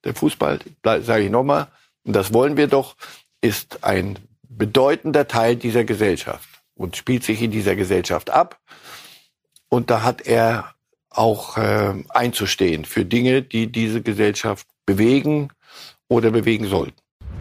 Der Fußball, sage ich nochmal, und das wollen wir doch, ist ein bedeutender Teil dieser Gesellschaft und spielt sich in dieser Gesellschaft ab. Und da hat er auch einzustehen für Dinge, die diese Gesellschaft bewegen oder bewegen sollten.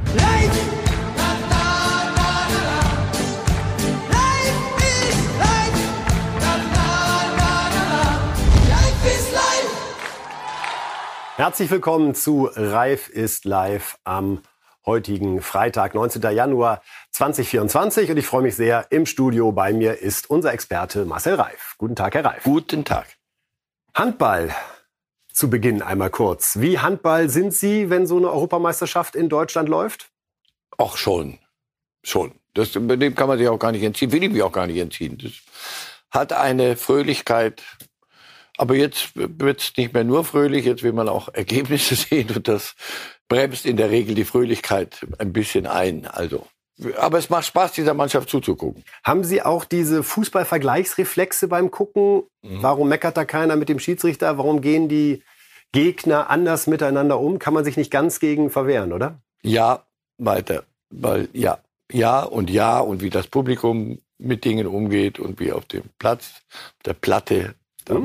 Herzlich willkommen zu Reif ist live am heutigen Freitag, 19. Januar 2024. Und ich freue mich sehr, im Studio bei mir ist unser Experte Marcel Reif. Guten Tag, Herr Reif. Guten Tag. Handball zu Beginn einmal kurz. Wie Handball sind Sie, wenn so eine Europameisterschaft in Deutschland läuft? Ach schon. Dem kann man sich auch gar nicht entziehen, will ich mich auch gar nicht entziehen. Das hat eine Fröhlichkeit. Aber jetzt wird es nicht mehr nur fröhlich, jetzt will man auch Ergebnisse sehen und das bremst in der Regel die Fröhlichkeit ein bisschen ein. Also, aber es macht Spaß, dieser Mannschaft zuzugucken. Haben Sie auch diese Fußballvergleichsreflexe beim Gucken? Warum meckert da keiner mit dem Schiedsrichter? Warum gehen die Gegner anders miteinander um? Kann man sich nicht ganz gegen verwehren, oder? Ja, weiter. Weil ja und wie das Publikum mit Dingen umgeht und wie auf dem Platz, auf der Platte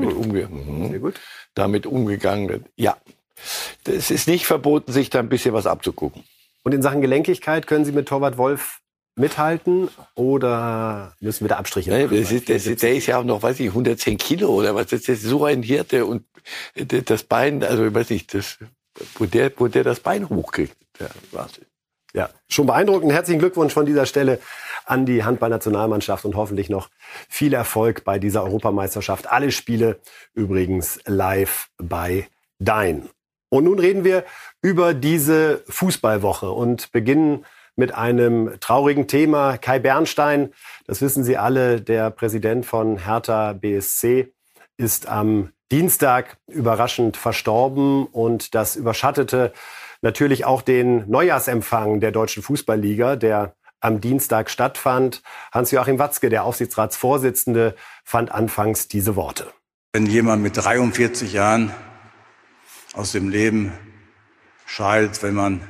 damit umgegangen wird. Ja, es ist nicht verboten, sich da ein bisschen was abzugucken. Und in Sachen Gelenkigkeit können Sie mit Torwart Wolf mithalten oder müssen wir da Abstriche machen? Der ist ja auch noch, weiß ich, 110 Kilo oder was. Das ist so ein Hirte und das Bein, also ich weiß nicht, wo der das Bein hochkriegt. Ja, Wahnsinn. Ja, schon beeindruckend. Herzlichen Glückwunsch von dieser Stelle an die Handballnationalmannschaft und hoffentlich noch viel Erfolg bei dieser Europameisterschaft. Alle Spiele übrigens live bei Dein. Und nun reden wir über diese Fußballwoche und beginnen mit einem traurigen Thema. Kai Bernstein, das wissen Sie alle, der Präsident von Hertha BSC, ist am Dienstag überraschend verstorben und das überschattete natürlich auch den Neujahrsempfang der Deutschen Fußballliga, der am Dienstag stattfand. Hans-Joachim Watzke, der Aufsichtsratsvorsitzende, fand anfangs diese Worte. Wenn jemand mit 43 Jahren aus dem Leben scheidet, wenn man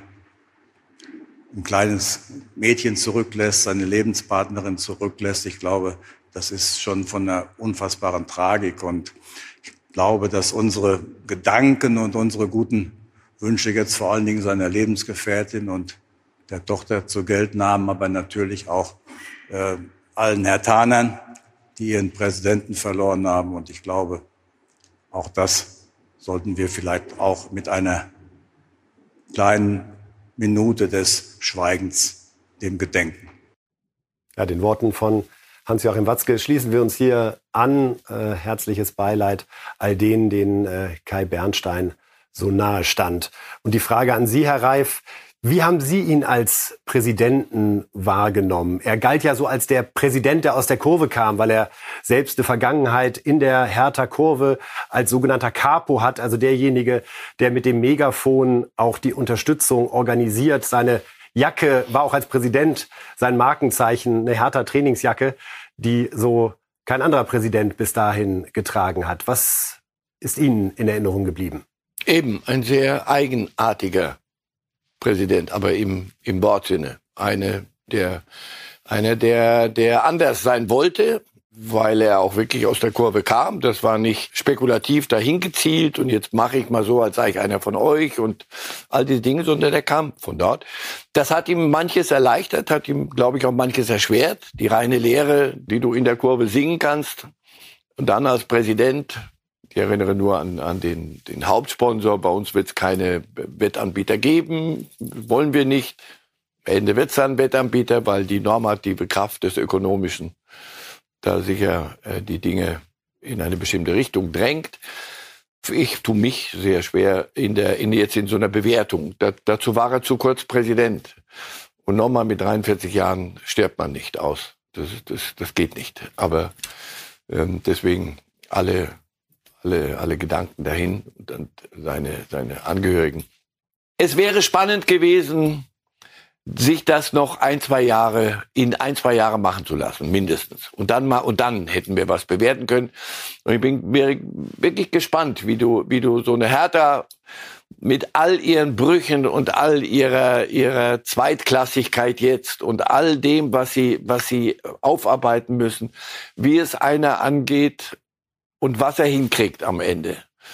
ein kleines Mädchen zurücklässt, seine Lebenspartnerin zurücklässt, ich glaube, das ist schon von einer unfassbaren Tragik. Und ich glaube, dass unsere Gedanken und unsere guten Wünsche jetzt vor allen Dingen seiner Lebensgefährtin und der Tochter zur Geltung haben, aber natürlich auch allen Herthanern, die ihren Präsidenten verloren haben. Und ich glaube, auch das sollten wir vielleicht auch mit einer kleinen Minute des Schweigens dem gedenken. Ja, den Worten von Hans-Joachim Watzke schließen wir uns hier an. Herzliches Beileid all denen, denen Kai Bernstein so nahe stand. Und die Frage an Sie, Herr Reif, wie haben Sie ihn als Präsidenten wahrgenommen? Er galt ja so als der Präsident, der aus der Kurve kam, weil er selbst eine Vergangenheit in der Hertha-Kurve als sogenannter Capo hat, also derjenige, der mit dem Megafon auch die Unterstützung organisiert. Seine Jacke war auch als Präsident sein Markenzeichen, eine Hertha-Trainingsjacke, die so kein anderer Präsident bis dahin getragen hat. Was ist Ihnen in Erinnerung geblieben? Eben ein sehr eigenartiger Präsident, aber im Wortsinne. Einer, der anders sein wollte, weil er auch wirklich aus der Kurve kam. Das war nicht spekulativ dahin gezielt und jetzt mache ich mal so, als sei ich einer von euch und all diese Dinge, sondern der kam von dort. Das hat ihm manches erleichtert, hat ihm, glaube ich, auch manches erschwert. Die reine Lehre, die du in der Kurve singen kannst. Und dann als Präsident, ich erinnere nur an den Hauptsponsor. Bei uns wird es keine Wettanbieter geben. Wollen wir nicht. Am Ende wird es dann Wettanbieter, weil die normative Kraft des Ökonomischen da sicher die Dinge in eine bestimmte Richtung drängt. Ich tue mich sehr schwer jetzt in so einer Bewertung. Dazu war er zu kurz Präsident. Und nochmal mit 43 Jahren stirbt man nicht aus. Das geht nicht. Aber deswegen alle Gedanken dahin und seine Angehörigen. Es wäre spannend gewesen, sich das noch in 1-2 Jahre machen zu lassen, mindestens. Und dann hätten wir was bewerten können. Und ich bin wirklich gespannt, wie du so eine Hertha mit all ihren Brüchen und all ihrer Zweitklassigkeit jetzt und all dem, was sie aufarbeiten müssen, wie es einer angeht und was er hinkriegt am Ende.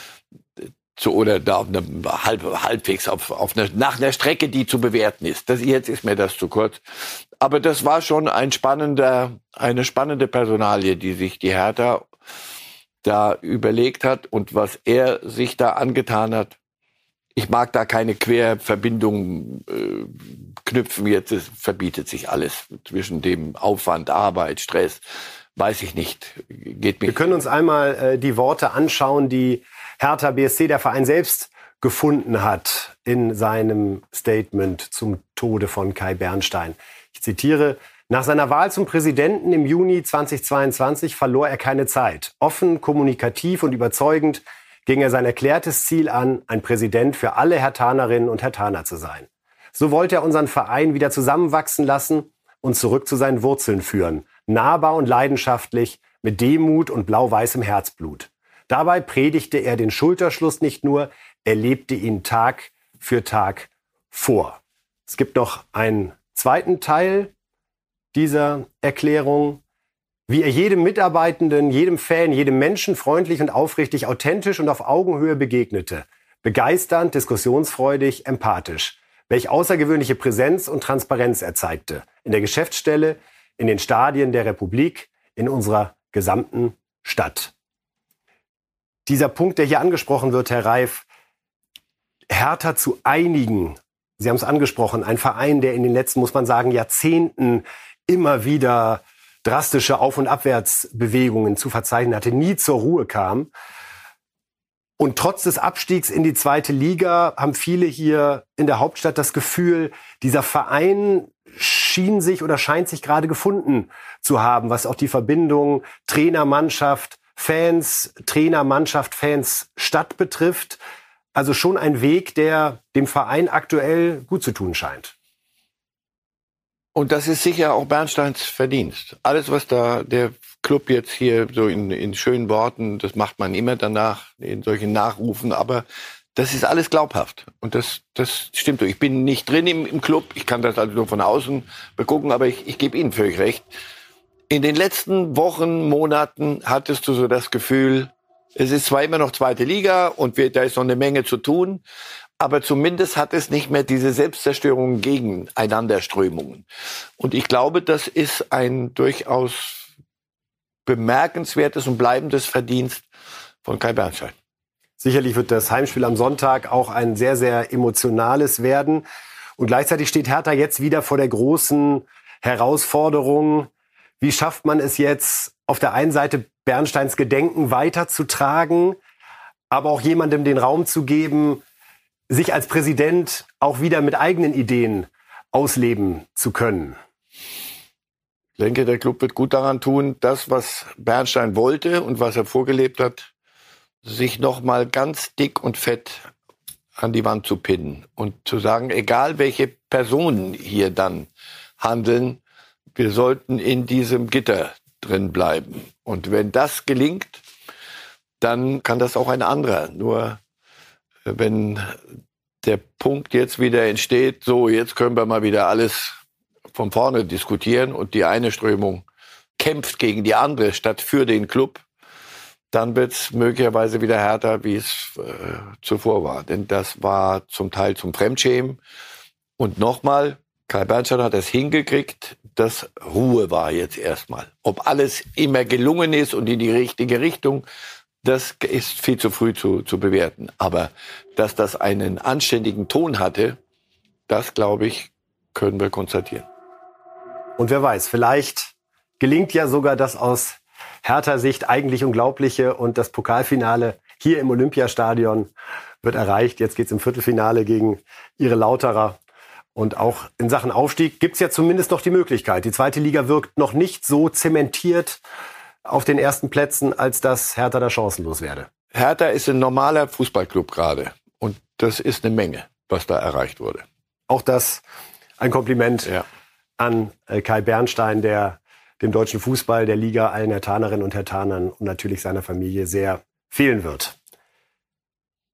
Oder da auf halbwegs nach einer Strecke, die zu bewerten ist. Jetzt ist mir das zu kurz. Aber das war schon eine spannende Personalie, die sich die Hertha da überlegt hat und was er sich da angetan hat. Ich mag da keine Querverbindungen knüpfen. Jetzt verbietet sich alles zwischen dem Aufwand, Arbeit, Stress. Weiß ich nicht. Wir können uns einmal die Worte anschauen, die Hertha BSC, der Verein selbst, gefunden hat in seinem Statement zum Tode von Kai Bernstein. Ich zitiere: Nach seiner Wahl zum Präsidenten im Juni 2022 verlor er keine Zeit. Offen, kommunikativ und überzeugend ging er sein erklärtes Ziel an, ein Präsident für alle Herthanerinnen und Herthaner zu sein. So wollte er unseren Verein wieder zusammenwachsen lassen und zurück zu seinen Wurzeln führen. Nahbar und leidenschaftlich, mit Demut und blau-weißem Herzblut. Dabei predigte er den Schulterschluss nicht nur, er lebte ihn Tag für Tag vor. Es gibt noch einen zweiten Teil dieser Erklärung. Wie er jedem Mitarbeitenden, jedem Fan, jedem Menschen freundlich und aufrichtig, authentisch und auf Augenhöhe begegnete. Begeisternd, diskussionsfreudig, empathisch. Welch außergewöhnliche Präsenz und Transparenz er zeigte. In der Geschäftsstelle, in den Stadien der Republik, in unserer gesamten Stadt. Dieser Punkt, der hier angesprochen wird, Herr Reif, Hertha zu einigen. Sie haben es angesprochen, ein Verein, der in den letzten, muss man sagen, Jahrzehnten immer wieder drastische Auf- und Abwärtsbewegungen zu verzeichnen hatte, nie zur Ruhe kam. Und trotz des Abstiegs in die zweite Liga haben viele hier in der Hauptstadt das Gefühl, dieser Verein schien sich oder scheint sich gerade gefunden zu haben, was auch die Verbindung Trainer-Mannschaft, Fans, Trainer-Mannschaft, Fans, Stadt betrifft. Also schon ein Weg, der dem Verein aktuell gut zu tun scheint. Und das ist sicher auch Bernsteins Verdienst. Alles, was da der Club jetzt hier so in schönen Worten, das macht man immer danach, in solchen Nachrufen, aber das ist alles glaubhaft. Und das stimmt so. Ich bin nicht drin im Club, ich kann das also nur von außen begucken, aber ich gebe Ihnen völlig recht. In den letzten Wochen, Monaten hattest du so das Gefühl, es ist zwar immer noch zweite Liga und da ist noch eine Menge zu tun, aber zumindest hat es nicht mehr diese Selbstzerstörung Gegeneinanderströmungen. Und ich glaube, das ist ein durchaus bemerkenswertes und bleibendes Verdienst von Kai Bernstein. Sicherlich wird das Heimspiel am Sonntag auch ein sehr, sehr emotionales werden. Und gleichzeitig steht Hertha jetzt wieder vor der großen Herausforderung. Wie schafft man es jetzt, auf der einen Seite Bernsteins Gedenken weiterzutragen, aber auch jemandem den Raum zu geben, sich als Präsident auch wieder mit eigenen Ideen ausleben zu können? Ich denke, der Club wird gut daran tun, das, was Bernstein wollte und was er vorgelebt hat, sich noch mal ganz dick und fett an die Wand zu pinnen und zu sagen, egal welche Personen hier dann handeln, wir sollten in diesem Gitter drin bleiben. Und wenn das gelingt, dann kann das auch ein anderer. Nur wenn der Punkt jetzt wieder entsteht, so jetzt können wir mal wieder alles von vorne diskutieren und die eine Strömung kämpft gegen die andere statt für den Club, dann wird es möglicherweise wieder härter, wie es zuvor war. Denn das war zum Teil zum Fremdschämen. Und nochmal, Kai Bernstein hat es hingekriegt, dass Ruhe war jetzt erstmal. Ob alles immer gelungen ist und in die richtige Richtung, das ist viel zu früh zu bewerten. Aber dass das einen anständigen Ton hatte, das, glaube ich, können wir konstatieren. Und wer weiß, vielleicht gelingt ja sogar das aus Hertha-Sicht eigentlich Unglaubliche und das Pokalfinale hier im Olympiastadion wird erreicht. Jetzt geht's im Viertelfinale gegen ihre Lauterer. Und auch in Sachen Aufstieg gibt's ja zumindest noch die Möglichkeit. Die zweite Liga wirkt noch nicht so zementiert auf den ersten Plätzen, als dass Hertha da chancenlos werde. Hertha ist ein normaler Fußballclub gerade. Und das ist eine Menge, was da erreicht wurde. Auch das ein Kompliment an Kai Bernstein, der dem deutschen Fußball, der Liga, allen Herthanerinnen und Herthanern und natürlich seiner Familie sehr fehlen wird.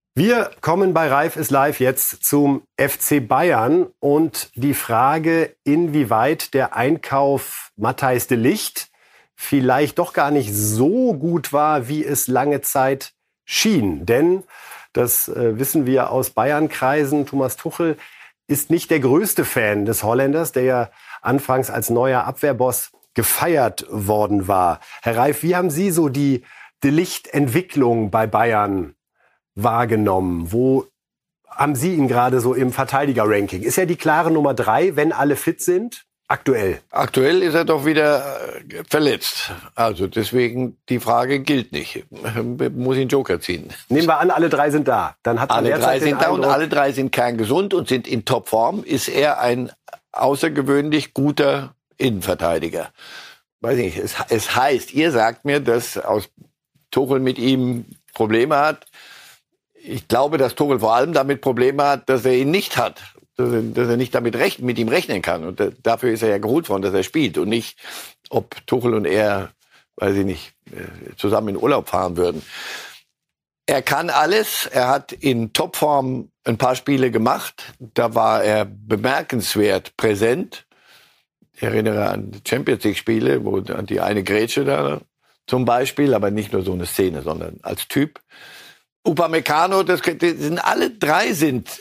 Wir kommen bei Reif ist live jetzt zum FC Bayern und die Frage, inwieweit der Einkauf Matthijs de Ligt vielleicht doch gar nicht so gut war, wie es lange Zeit schien. Denn, das wissen wir aus Bayern-Kreisen, Thomas Tuchel ist nicht der größte Fan des Holländers, der ja anfangs als neuer Abwehrboss gefeiert worden war. Herr Reif, wie haben Sie so die de Ligt-Entwicklung bei Bayern wahrgenommen? Wo haben Sie ihn gerade so im Verteidiger-Ranking? Ist er die klare Nummer 3, wenn alle fit sind? Aktuell. Aktuell ist er doch wieder verletzt. Also deswegen, die Frage gilt nicht. Muss ihn Joker ziehen. Nehmen wir an, alle 3 sind da. Dann hat alle 3 sind da und alle 3 sind kerngesund und sind in Topform. Ist er ein außergewöhnlich guter Innenverteidiger? Weiß nicht, es heißt, ihr sagt mir, dass Tuchel mit ihm Probleme hat. Ich glaube, dass Tuchel vor allem damit Probleme hat, dass er ihn nicht hat. Dass er nicht mit ihm rechnen kann. Und dafür ist er ja geholt worden, dass er spielt. Und nicht, ob Tuchel und er, weiß ich nicht, zusammen in Urlaub fahren würden. Er kann alles. Er hat in Topform ein paar Spiele gemacht. Da war er bemerkenswert präsent. Ich erinnere an Champions-League-Spiele, an die eine Grätsche da zum Beispiel. Aber nicht nur so eine Szene, sondern als Typ. Upamecano, alle 3 sind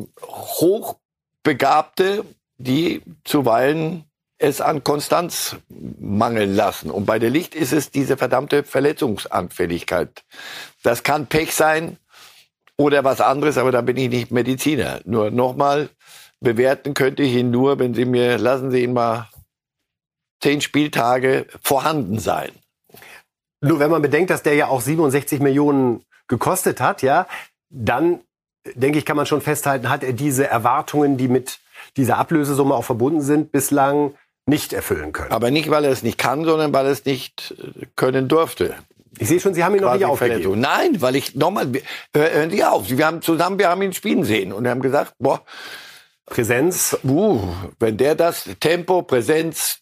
Hochbegabte, die zuweilen es an Konstanz mangeln lassen. Und bei de Ligt ist es diese verdammte Verletzungsanfälligkeit. Das kann Pech sein oder was anderes, aber da bin ich nicht Mediziner. Nur nochmal, bewerten könnte ich ihn nur, wenn lassen Sie ihn mal 10 Spieltage vorhanden sein. Nur wenn man bedenkt, dass der ja auch 67 Millionen gekostet hat, ja, dann, denke ich, kann man schon festhalten, hat er diese Erwartungen, die mit dieser Ablösesumme auch verbunden sind, bislang nicht erfüllen können. Aber nicht, weil er es nicht kann, sondern weil er es nicht können durfte. Ich sehe schon, Sie haben ihn noch nicht aufgegeben. Nein, weil hören Sie auf, wir haben ihn spielen sehen und wir haben gesagt, Präsenz. Wenn der das Tempo, Präsenz,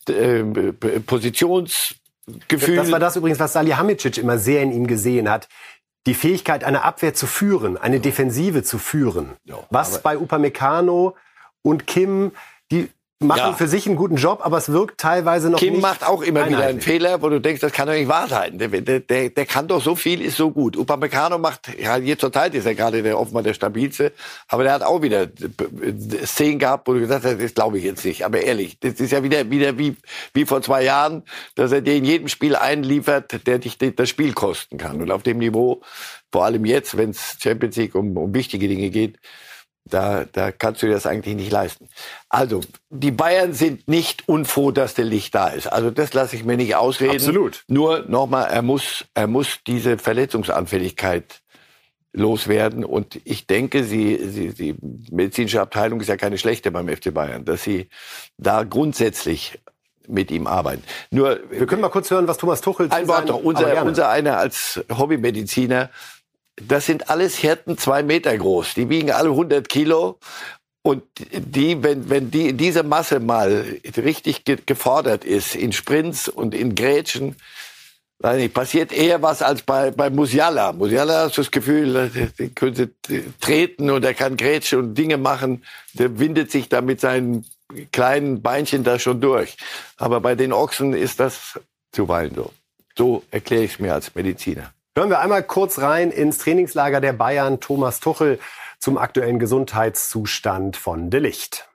Positionsgefühl. Das war das übrigens, was Salihamidzic immer sehr in ihm gesehen hat. Die Fähigkeit, eine Abwehr zu führen, eine Defensive zu führen. Ja, was bei Upamecano und Kim, die machen für sich einen guten Job, aber es wirkt teilweise noch Kim nicht. Kim macht auch immer wieder einen Fehler, wo du denkst, das kann doch nicht wahr sein. Der kann doch so viel, ist so gut. Upamecano macht, ja, jetzt zur Zeit ist er gerade offenbar der stabilste, aber der hat auch wieder Szenen gehabt, wo du gesagt hast, das glaube ich jetzt nicht. Aber ehrlich, das ist ja wieder wie vor 2 Jahren, dass er dir in jedem Spiel einen liefert, der dich das Spiel kosten kann. Und auf dem Niveau, vor allem jetzt, wenn es Champions League um wichtige Dinge geht, da kannst du dir das eigentlich nicht leisten. Also, die Bayern sind nicht unfroh, dass der Ligt da ist. Also, das lasse ich mir nicht ausreden. Absolut. Nur, nochmal, er muss diese Verletzungsanfälligkeit loswerden. Und ich denke, die medizinische Abteilung ist ja keine schlechte beim FC Bayern, dass sie da grundsätzlich mit ihm arbeiten. Nur, wir können mal kurz hören, was Thomas Tuchel zu sagen hat. Unser einer als Hobbymediziner, das sind alles Hirten 2 Meter groß. Die wiegen alle 100 Kilo. Und wenn diese Masse mal richtig gefordert ist, in Sprints und in Grätschen, weiß nicht, passiert eher was als bei Musiala. Musiala hast du das Gefühl, der könnte treten und er kann Grätschen und Dinge machen. Der windet sich da mit seinen kleinen Beinchen da schon durch. Aber bei den Ochsen ist das zuweilen so. So erkläre ich es mir als Mediziner. Hören wir einmal kurz rein ins Trainingslager der Bayern. Thomas Tuchel zum aktuellen Gesundheitszustand von de Ligt.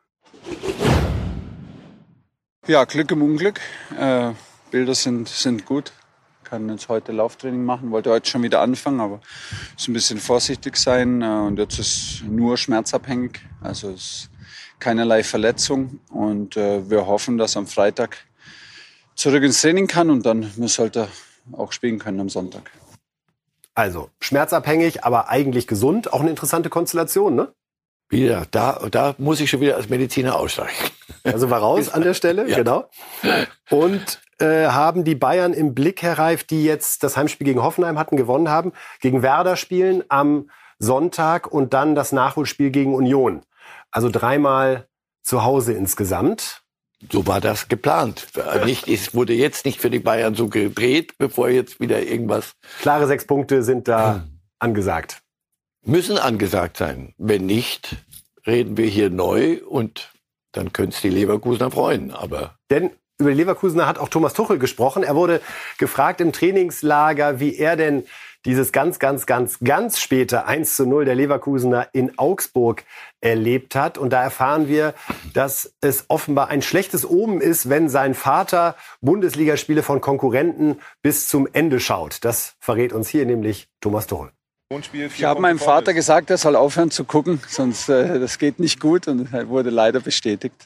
Ja, Glück im Unglück. Bilder sind gut. Kann jetzt heute Lauftraining machen. Wollte heute schon wieder anfangen, aber muss ein bisschen vorsichtig sein. Und jetzt ist nur schmerzabhängig. Also es ist keinerlei Verletzung. Und wir hoffen, dass am Freitag zurück ins Training kann. Und dann sollte er auch spielen können am Sonntag. Also, schmerzabhängig, aber eigentlich gesund. Auch eine interessante Konstellation, ne? Wieder, da muss ich schon wieder als Mediziner aussteigen. Also war raus an der Stelle, ja. Genau. Und haben die Bayern im Blick, Herr Reif, die jetzt das Heimspiel gegen Hoffenheim gewonnen haben, gegen Werder spielen am Sonntag und dann das Nachholspiel gegen Union. Also 3-mal zu Hause insgesamt. So war das geplant. Es wurde jetzt nicht für die Bayern so gedreht, bevor jetzt wieder irgendwas... Klare 6 Punkte sind da angesagt. müssen angesagt sein. Wenn nicht, reden wir hier neu und dann können es die Leverkusener freuen. Denn über die Leverkusener hat auch Thomas Tuchel gesprochen. Er wurde gefragt im Trainingslager, wie er denn dieses ganz späte 1:0 der Leverkusener in Augsburg erlebt hat. Und da erfahren wir, dass es offenbar ein schlechtes Omen ist, wenn sein Vater Bundesligaspiele von Konkurrenten bis zum Ende schaut. Das verrät uns hier nämlich Thomas Tuchel. Ich habe meinem Vater gesagt, er soll aufhören zu gucken, sonst das geht nicht gut, und er wurde leider bestätigt.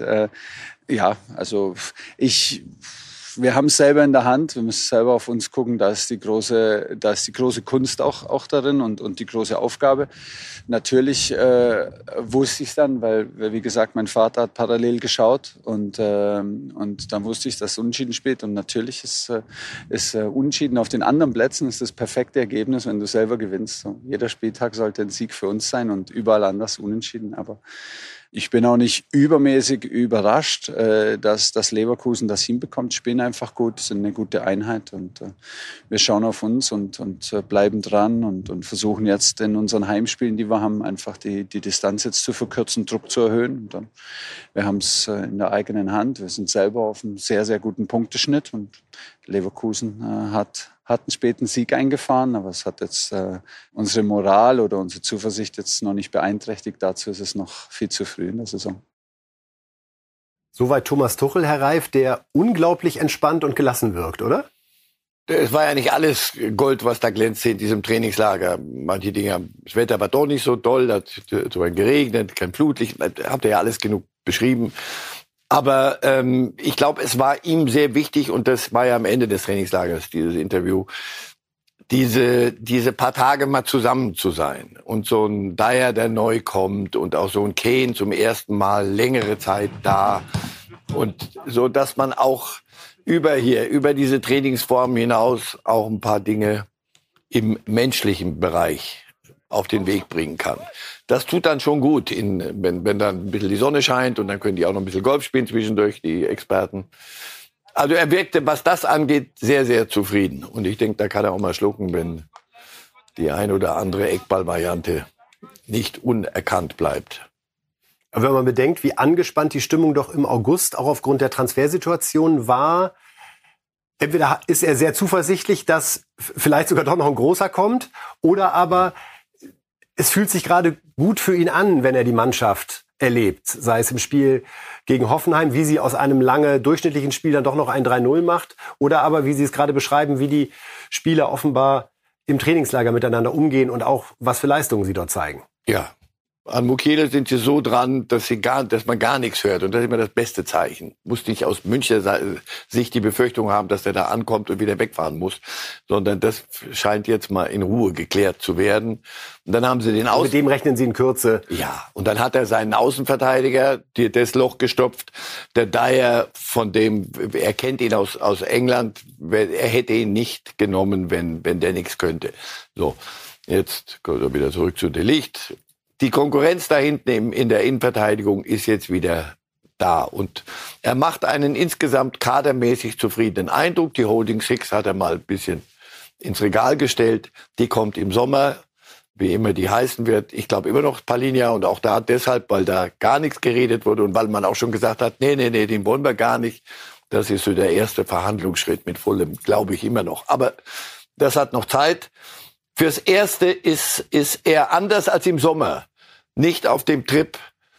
Wir haben es selber in der Hand, wir müssen selber auf uns gucken, da ist die große Kunst auch darin und die große Aufgabe. Natürlich wusste ich es dann, weil, wie gesagt, mein Vater hat parallel geschaut und dann wusste ich, dass es Unentschieden spielt, und natürlich ist Unentschieden auf den anderen Plätzen ist das perfekte Ergebnis, wenn du selber gewinnst. So, jeder Spieltag sollte ein Sieg für uns sein und überall anders Unentschieden, aber ich bin auch nicht übermäßig überrascht, dass Leverkusen das hinbekommt. Spielen einfach gut, sind eine gute Einheit, und wir schauen auf uns und bleiben dran und versuchen jetzt in unseren Heimspielen, die wir haben, einfach die Distanz jetzt zu verkürzen, Druck zu erhöhen. Und wir haben es in der eigenen Hand. Wir sind selber auf einem sehr, sehr guten Punkteschnitt, und Leverkusen hat einen späten Sieg eingefahren, aber es hat jetzt unsere Moral oder unsere Zuversicht jetzt noch nicht beeinträchtigt. Dazu ist es noch viel zu früh in der Saison. Soweit Thomas Tuchel, Herr Reif, der unglaublich entspannt und gelassen wirkt, oder? Es war ja nicht alles Gold, was da glänzte in diesem Trainingslager. Manche Dinge, das Wetter war doch nicht so doll, da hat so geregnet, kein Flutlicht, habt ihr ja alles genug beschrieben. Aber ich glaube, es war ihm sehr wichtig, und das war ja am Ende des Trainingslagers, dieses Interview, diese paar Tage mal zusammen zu sein. Und so ein Dyer, der neu kommt, und auch so ein Kane zum ersten Mal längere Zeit da. Und so, dass man auch über diese Trainingsform hinaus auch ein paar Dinge im menschlichen Bereich auf den Weg bringen kann. Das tut dann schon gut, wenn dann ein bisschen die Sonne scheint, und dann können die auch noch ein bisschen Golf spielen zwischendurch, die Experten. Also er wirkte, was das angeht, sehr, sehr zufrieden. Und ich denke, da kann er auch mal schlucken, wenn die ein oder andere Eckball-Variante nicht unerkannt bleibt. Aber wenn man bedenkt, wie angespannt die Stimmung doch im August auch aufgrund der Transfersituation war, entweder ist er sehr zuversichtlich, dass vielleicht sogar doch noch ein großer kommt, oder aber es fühlt sich gerade gut für ihn an, wenn er die Mannschaft erlebt. Sei es im Spiel gegen Hoffenheim, wie sie aus einem lange durchschnittlichen Spiel dann doch noch ein 3:0 macht. Oder aber, wie Sie es gerade beschreiben, wie die Spieler offenbar im Trainingslager miteinander umgehen und auch, was für Leistungen sie dort zeigen. Ja. An Mukiele sind sie so dran, dass man gar nichts hört. Und das ist immer das beste Zeichen. Muss nicht aus Münchner Sicht die Befürchtung haben, dass der da ankommt und wieder wegfahren muss. Sondern das scheint jetzt mal in Ruhe geklärt zu werden. Und dann haben sie den Mit dem rechnen Sie in Kürze. Ja. Und dann hat er seinen Außenverteidiger, das Loch gestopft. Der Dyer, von dem, er kennt ihn aus England. Er hätte ihn nicht genommen, wenn der nichts könnte. So. Jetzt kommt er wieder zurück zu De Ligt. Die Konkurrenz da hinten in der Innenverteidigung ist jetzt wieder da. Und er macht einen insgesamt kadermäßig zufriedenen Eindruck. Die Holding Six hat er mal ein bisschen ins Regal gestellt. Die kommt im Sommer, wie immer die heißen wird. Ich glaube immer noch Palhinha, und auch da deshalb, weil da gar nichts geredet wurde und weil man auch schon gesagt hat, nee, den wollen wir gar nicht. Das ist so der erste Verhandlungsschritt mit Fulham, glaube ich immer noch. Aber das hat noch Zeit. Fürs Erste ist er anders als im Sommer. Nicht auf dem Trip.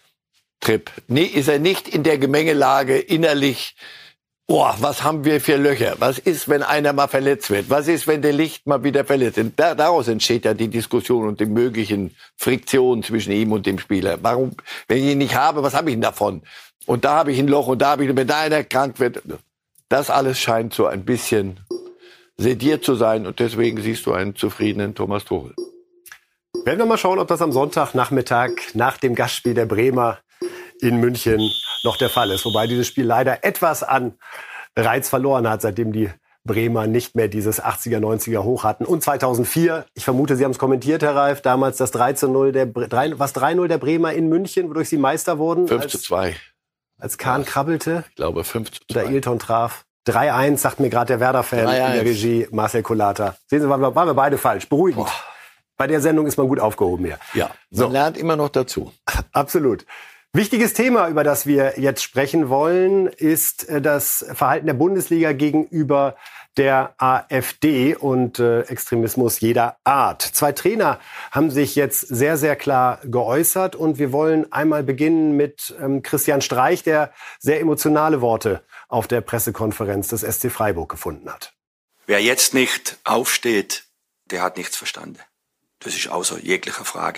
Nee, ist er nicht in der Gemengelage innerlich. Was haben wir für Löcher? Was ist, wenn einer mal verletzt wird? Was ist, wenn der Licht mal wieder verletzt wird? Daraus entsteht ja die Diskussion und die möglichen Friktionen zwischen ihm und dem Spieler. Warum, wenn ich ihn nicht habe, was habe ich denn davon? Und da habe ich ein Loch, und da habe ich, wenn da einer krank wird. Das alles scheint so ein bisschen sediert zu sein, und deswegen siehst du einen zufriedenen Thomas Tuchel. Werden wir mal schauen, ob das am Sonntagnachmittag nach dem Gastspiel der Bremer in München noch der Fall ist. Wobei dieses Spiel leider etwas an Reiz verloren hat, seitdem die Bremer nicht mehr dieses 80er, 90er Hoch hatten. Und 2004, ich vermute, Sie haben es kommentiert, Herr Reif, damals das 3:0 3:0 der Bremer in München, wodurch sie Meister wurden. 5:2. Als Kahn krabbelte. Ich glaube 5:2. Und der Ailton traf. 3:1, sagt mir gerade der Werder-Fan in der Regie, Marcel Kollata. Sehen Sie, waren wir beide falsch. Beruhigend. Bei der Sendung ist man gut aufgehoben hier. Ja, man lernt immer noch dazu. Absolut. Wichtiges Thema, über das wir jetzt sprechen wollen, ist das Verhalten der Bundesliga gegenüber der AfD und Extremismus jeder Art. 2 Trainer haben sich jetzt sehr, sehr klar geäußert und wir wollen einmal beginnen mit Christian Streich, der sehr emotionale Worte auf der Pressekonferenz des SC Freiburg gefunden hat. Wer jetzt nicht aufsteht, der hat nichts verstanden. Das ist außer jeglicher Frage.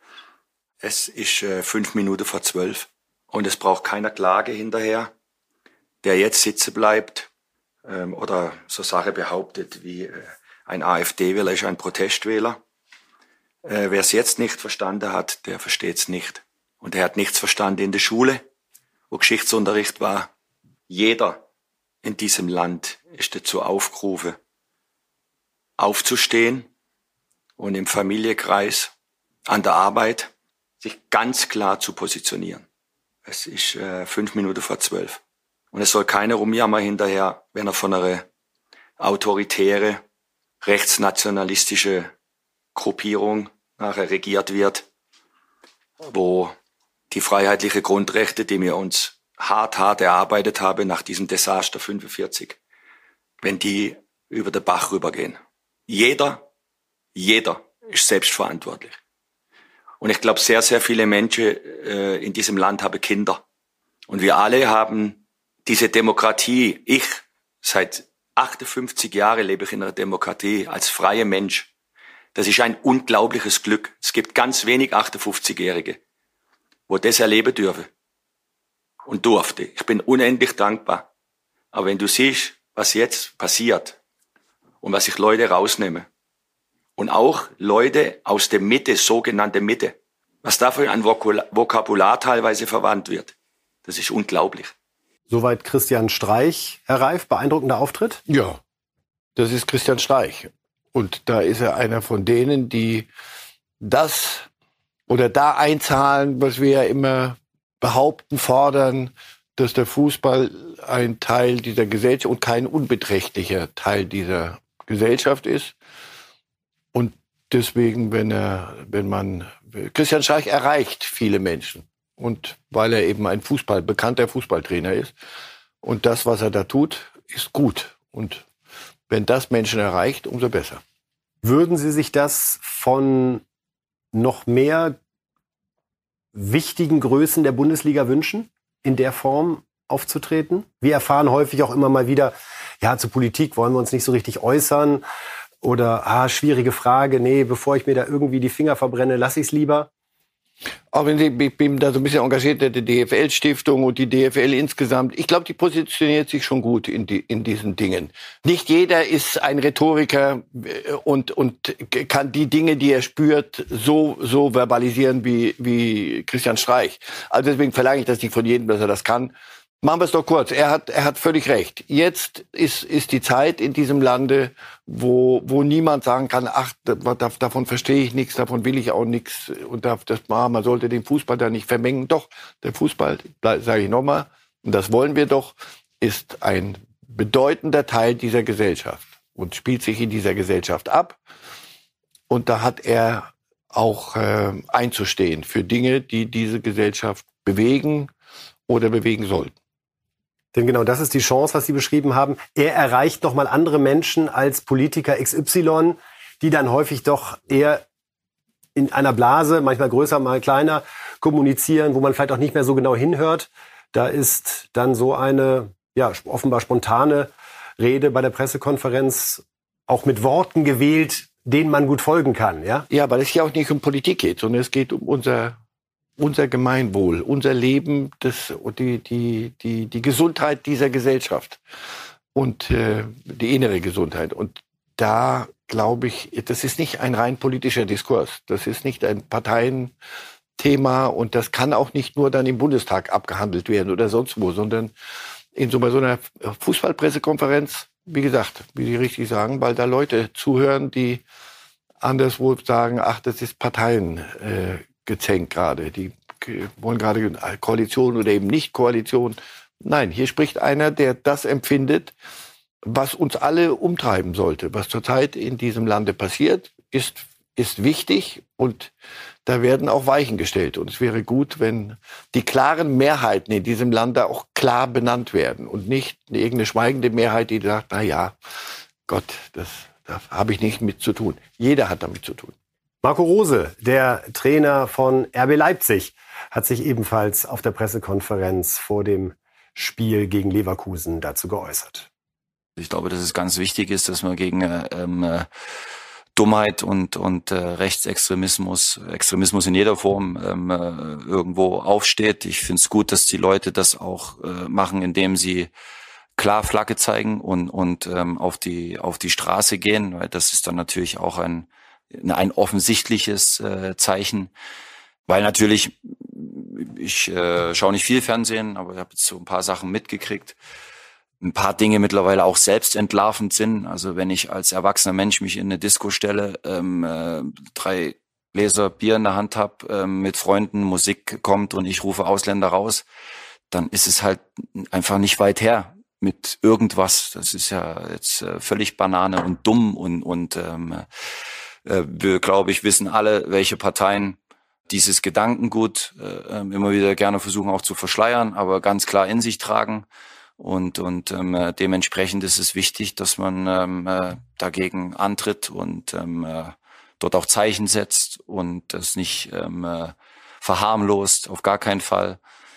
Es ist 5 Minuten vor 12 und es braucht keiner Klage hinterher. Der jetzt sitzen bleibt oder so Sache behauptet wie ein AfD-Wähler ist ein Protestwähler. Wer es jetzt nicht verstanden hat, der versteht es nicht. Und er hat nichts verstanden in der Schule, wo Geschichtsunterricht war. Jeder in diesem Land ist dazu aufgerufen, aufzustehen und im Familienkreis, an der Arbeit, sich ganz klar zu positionieren. Es ist 5 Minuten vor 12. Und es soll keiner rumjammern hinterher, wenn er von einer autoritäre, rechtsnationalistische Gruppierung nachher regiert wird, wo die freiheitlichen Grundrechte, die wir uns hart erarbeitet haben nach diesem Desaster 45, wenn die über den Bach rübergehen. Jeder ist selbstverantwortlich. Und ich glaube, sehr, sehr viele Menschen in diesem Land haben Kinder. Und wir alle haben diese Demokratie. Ich, seit 58 Jahren lebe ich in einer Demokratie als freier Mensch. Das ist ein unglaubliches Glück. Es gibt ganz wenig 58-Jährige, wo das erleben dürfen und durfte. Ich bin unendlich dankbar. Aber wenn du siehst, was jetzt passiert und was sich Leute rausnehmen, und auch Leute aus der Mitte, sogenannte Mitte. Was dafür ein Vokabular teilweise verwandt wird, das ist unglaublich. Soweit Christian Streich, Herr Reif, beeindruckender Auftritt? Ja, das ist Christian Streich. Und da ist er einer von denen, die das oder da einzahlen, was wir ja immer behaupten, fordern, dass der Fußball ein Teil dieser Gesellschaft und kein unbeträchtlicher Teil dieser Gesellschaft ist. Und deswegen, Christian Streich erreicht viele Menschen. Und weil er eben ein bekannter Fußballtrainer ist. Und das, was er da tut, ist gut. Und wenn das Menschen erreicht, umso besser. Würden Sie sich das von noch mehr wichtigen Größen der Bundesliga wünschen, in der Form aufzutreten? Wir erfahren häufig auch immer mal wieder, ja, zur Politik wollen wir uns nicht so richtig äußern. Oder, schwierige Frage, nee, bevor ich mir da irgendwie die Finger verbrenne, lasse ich es lieber. Auch wenn ich bin da so ein bisschen engagiert, der DFL-Stiftung und die DFL insgesamt. Ich glaube, die positioniert sich schon gut in diesen Dingen. Nicht jeder ist ein Rhetoriker und kann die Dinge, die er spürt, so verbalisieren wie Christian Streich. Also deswegen verlange ich das nicht von jedem, dass er das kann. Machen wir es doch kurz. Er hat völlig recht. Jetzt ist die Zeit in diesem Lande, wo niemand sagen kann, ach, davon verstehe ich nichts, davon will ich auch nichts. Und man sollte den Fußball da nicht vermengen. Doch, der Fußball, sage ich nochmal, und das wollen wir doch, ist ein bedeutender Teil dieser Gesellschaft und spielt sich in dieser Gesellschaft ab. Und da hat er auch einzustehen für Dinge, die diese Gesellschaft bewegen oder bewegen sollten. Denn genau das ist die Chance, was Sie beschrieben haben. Er erreicht noch mal andere Menschen als Politiker XY, die dann häufig doch eher in einer Blase, manchmal größer, mal kleiner, kommunizieren, wo man vielleicht auch nicht mehr so genau hinhört. Da ist dann so eine offenbar spontane Rede bei der Pressekonferenz auch mit Worten gewählt, denen man gut folgen kann. Ja, weil es hier auch nicht um Politik geht, sondern es geht um unser Gemeinwohl, unser Leben, die Gesundheit dieser Gesellschaft und die innere Gesundheit. Und da glaube ich, das ist nicht ein rein politischer Diskurs. Das ist nicht ein Parteienthema und das kann auch nicht nur dann im Bundestag abgehandelt werden oder sonst wo, sondern bei so einer Fußballpressekonferenz, wie gesagt, wie Sie richtig sagen, weil da Leute zuhören, die anderswo sagen, ach, das ist Parteiengezänk gerade. Die wollen gerade Koalition oder eben nicht Koalition. Nein, hier spricht einer, der das empfindet, was uns alle umtreiben sollte. Was zurzeit in diesem Lande passiert, ist ist wichtig und da werden auch Weichen gestellt. Und es wäre gut, wenn die klaren Mehrheiten in diesem Land da auch klar benannt werden und nicht irgendeine schweigende Mehrheit, die sagt, na ja, Gott, da habe ich nicht mit zu tun. Jeder hat damit zu tun. Marco Rose, der Trainer von RB Leipzig, hat sich ebenfalls auf der Pressekonferenz vor dem Spiel gegen Leverkusen dazu geäußert. Ich glaube, dass es ganz wichtig ist, dass man gegen Dummheit und Rechtsextremismus, Extremismus in jeder Form irgendwo aufsteht. Ich finde es gut, dass die Leute das auch machen, indem sie klar Flagge zeigen und auf die Straße gehen, weil das ist dann natürlich auch ein offensichtliches Zeichen. Weil natürlich, ich schaue nicht viel Fernsehen, aber ich habe jetzt so ein paar Sachen mitgekriegt. Ein paar Dinge mittlerweile auch selbstentlarvend sind. Also wenn ich als erwachsener Mensch mich in eine Disco stelle, 3 Gläser Bier in der Hand habe, mit Freunden, Musik kommt und ich rufe Ausländer raus, dann ist es halt einfach nicht weit her mit irgendwas. Das ist ja jetzt völlig Banane und dumm und wir, glaube ich, wissen alle, welche Parteien dieses Gedankengut immer wieder gerne versuchen auch zu verschleiern, aber ganz klar in sich tragen. Und dementsprechend ist es wichtig, dass man dagegen antritt und dort auch Zeichen setzt und das nicht verharmlost, auf gar keinen Fall,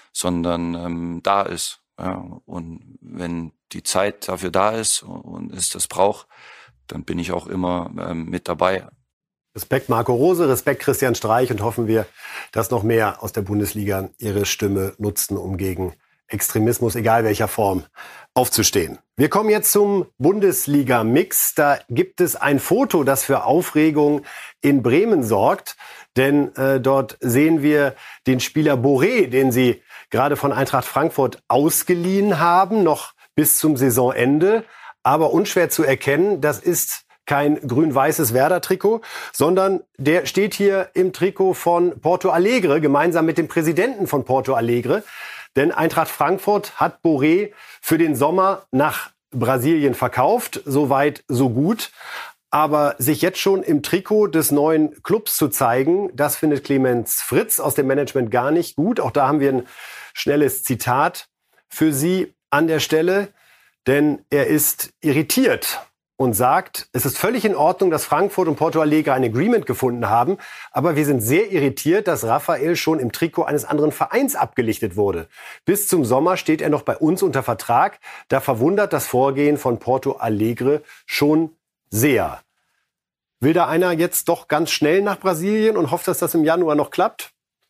sondern da ist. Ja. Und wenn die Zeit dafür da ist und es das braucht, dann bin ich auch immer mit dabei. Respekt Marco Rose, Respekt Christian Streich und hoffen wir, dass noch mehr aus der Bundesliga ihre Stimme nutzen, um gegen Extremismus, egal welcher Form, aufzustehen. Wir kommen jetzt zum Bundesliga-Mix. Da gibt es ein Foto, das für Aufregung in Bremen sorgt. Denn dort sehen wir den Spieler Boré, den sie gerade von Eintracht Frankfurt ausgeliehen haben, noch bis zum Saisonende. Aber unschwer zu erkennen, das ist kein grün-weißes Werder-Trikot, sondern der steht hier im Trikot von Porto Alegre, gemeinsam mit dem Präsidenten von Porto Alegre. Denn Eintracht Frankfurt hat Boré für den Sommer nach Brasilien verkauft. So weit, so gut. Aber sich jetzt schon im Trikot des neuen Clubs zu zeigen, das findet Clemens Fritz aus dem Management gar nicht gut. Auch da haben wir ein schnelles Zitat für Sie an der Stelle. Denn er ist irritiert und sagt, es ist völlig in Ordnung, dass Frankfurt und Porto Alegre ein Agreement gefunden haben. Aber wir sind sehr irritiert, dass Raphael schon im Trikot eines anderen Vereins abgelichtet wurde. Bis zum Sommer steht er noch bei uns unter Vertrag. Da verwundert das Vorgehen von Porto Alegre schon sehr. Will da einer jetzt doch ganz schnell nach Brasilien und hofft, dass das im Januar noch klappt?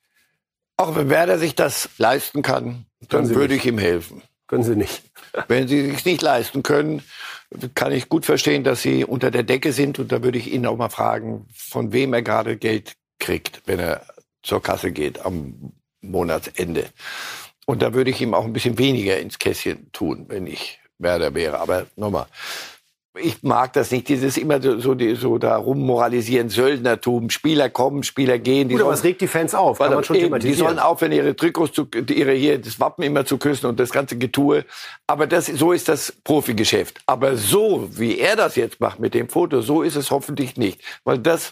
Auch wenn Werder sich das leisten kann, dann würde ich ihm helfen. Können Sie nicht. Wenn Sie sich nicht leisten können, kann ich gut verstehen, dass Sie unter der Decke sind. Und da würde ich ihn auch mal fragen, von wem er gerade Geld kriegt, wenn er zur Kasse geht am Monatsende. Und da würde ich ihm auch ein bisschen weniger ins Kästchen tun, wenn ich Werder wäre. Aber nochmal, ich mag das nicht, dieses immer so da rummoralisieren, Söldnertum, Spieler kommen, Spieler gehen. Gut, aber es regt die Fans auf, kann man schon thematisieren. Die sollen aufhören, ihre Trikots, das Wappen immer zu küssen und das ganze Getue. Aber so ist das Profigeschäft. Aber so, wie er das jetzt macht mit dem Foto, so ist es hoffentlich nicht. Weil das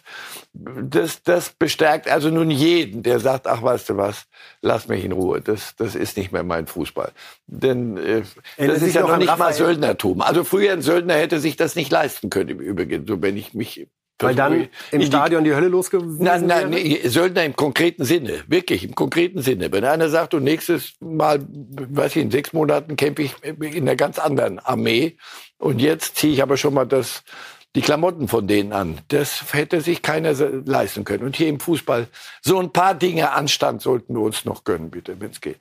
bestärkt also nun jeden, der sagt, ach, weißt du was, lass mich in Ruhe. Das ist nicht mehr mein Fußball. Denn das ist ja noch nicht mal Söldnertum. Also früher ein Söldner hätte sich das nicht leisten können im Übrigen, so wenn ich mich... Weil dann im Stadion die Hölle losgewesen wäre? Nein, Söldner im konkreten Sinne, wirklich im konkreten Sinne. Wenn einer sagt, und nächstes Mal, weiß ich, in 6 Monaten kämpfe ich in einer ganz anderen Armee und jetzt ziehe ich aber schon mal die Klamotten von denen an. Das hätte sich keiner leisten können. Und hier im Fußball, so ein paar Dinge Anstand sollten wir uns noch gönnen, bitte, wenn es geht.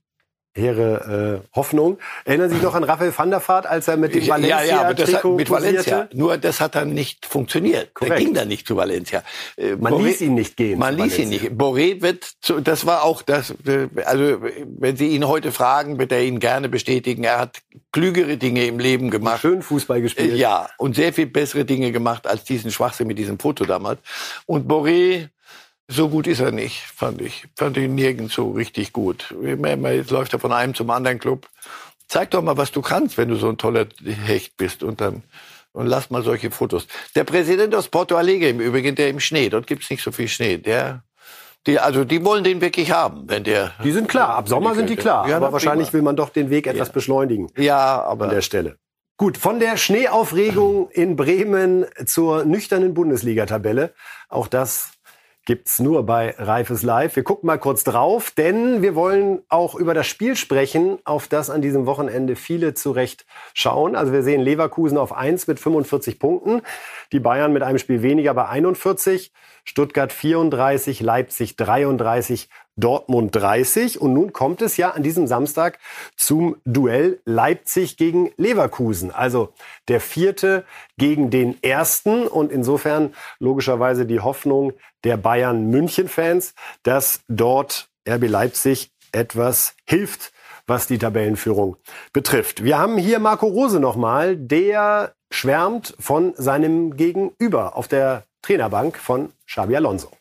Hehre Hoffnung. Erinnern Sie sich noch an Raphael van der Vaart, als er mit dem Valencia-Trikot mit Valencia. Nur das hat dann nicht funktioniert. Korrekt. Er ging dann nicht zu Valencia. Man ließ ihn nicht gehen. Man ließ ihn nicht. Boré das war auch das, also wenn Sie ihn heute fragen, wird er Ihnen gerne bestätigen, er hat klügere Dinge im Leben gemacht. Schön Fußball gespielt. Ja, und sehr viel bessere Dinge gemacht als diesen Schwachsinn mit diesem Foto damals. Und Boré, so gut ist er nicht, fand ich. Fand ihn nirgends so richtig gut. Jetzt läuft er von einem zum anderen Club. Zeig doch mal, was du kannst, wenn du so ein toller Hecht bist. Und dann und lasst mal solche Fotos. Der Präsident aus Porto Alegre im Übrigen, der im Schnee, dort gibt's nicht so viel Schnee, die wollen den wirklich haben, wenn der. Die sind klar, ab Sommer sind die klar. Ja, aber wahrscheinlich will man doch den Weg etwas beschleunigen. Ja, aber an der Stelle. Gut, von der Schneeaufregung in Bremen zur nüchternen Bundesliga-Tabelle. Auch das gibt's nur bei Reifes Live. Wir gucken mal kurz drauf, denn wir wollen auch über das Spiel sprechen, auf das an diesem Wochenende viele zu Recht schauen. Also wir sehen Leverkusen auf 1 mit 45 Punkten, die Bayern mit einem Spiel weniger bei 41, Stuttgart 34, Leipzig 33, Dortmund 30. Und nun kommt es ja an diesem Samstag zum Duell Leipzig gegen Leverkusen. Also der 4. gegen den 1. Und insofern logischerweise die Hoffnung der Bayern-München-Fans, dass dort RB Leipzig etwas hilft, was die Tabellenführung betrifft. Wir haben hier Marco Rose nochmal, der schwärmt von seinem Gegenüber auf der Trainerbank von Xabi Alonso.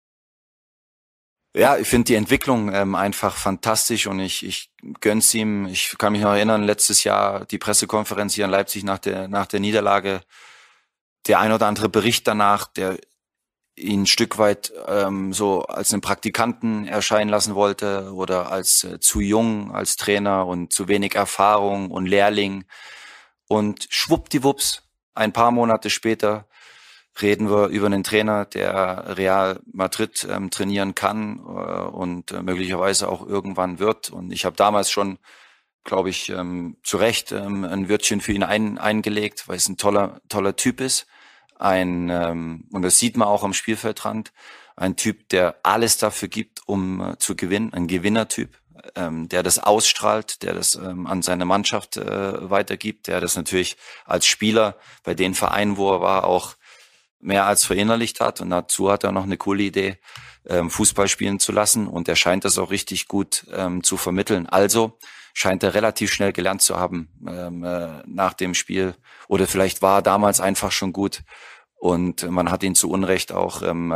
Ja, ich finde die Entwicklung einfach fantastisch und ich gönn's ihm. Ich kann mich noch erinnern, letztes Jahr die Pressekonferenz hier in Leipzig nach der Niederlage, der ein oder andere Bericht danach, der ihn ein Stück weit so als einen Praktikanten erscheinen lassen wollte oder als zu jung als Trainer und zu wenig Erfahrung und Lehrling. Und schwuppdiwupps, ein paar Monate später reden wir über einen Trainer, der Real Madrid trainieren kann und möglicherweise auch irgendwann wird. Und ich habe damals schon, glaube ich, zu Recht ein Wörtchen für ihn eingelegt, weil es ein toller Typ ist. Und das sieht man auch am Spielfeldrand, ein Typ, der alles dafür gibt, um zu gewinnen, ein Gewinnertyp, der das ausstrahlt, der das an seine Mannschaft weitergibt, der das natürlich als Spieler bei den Vereinen, wo er war, auch mehr als verinnerlicht hat. Und dazu hat er noch eine coole Idee, Fußball spielen zu lassen. Und er scheint das auch richtig gut zu vermitteln. Also scheint er relativ schnell gelernt zu haben nach dem Spiel. Oder vielleicht war er damals einfach schon gut. Und man hat ihn zu Unrecht auch in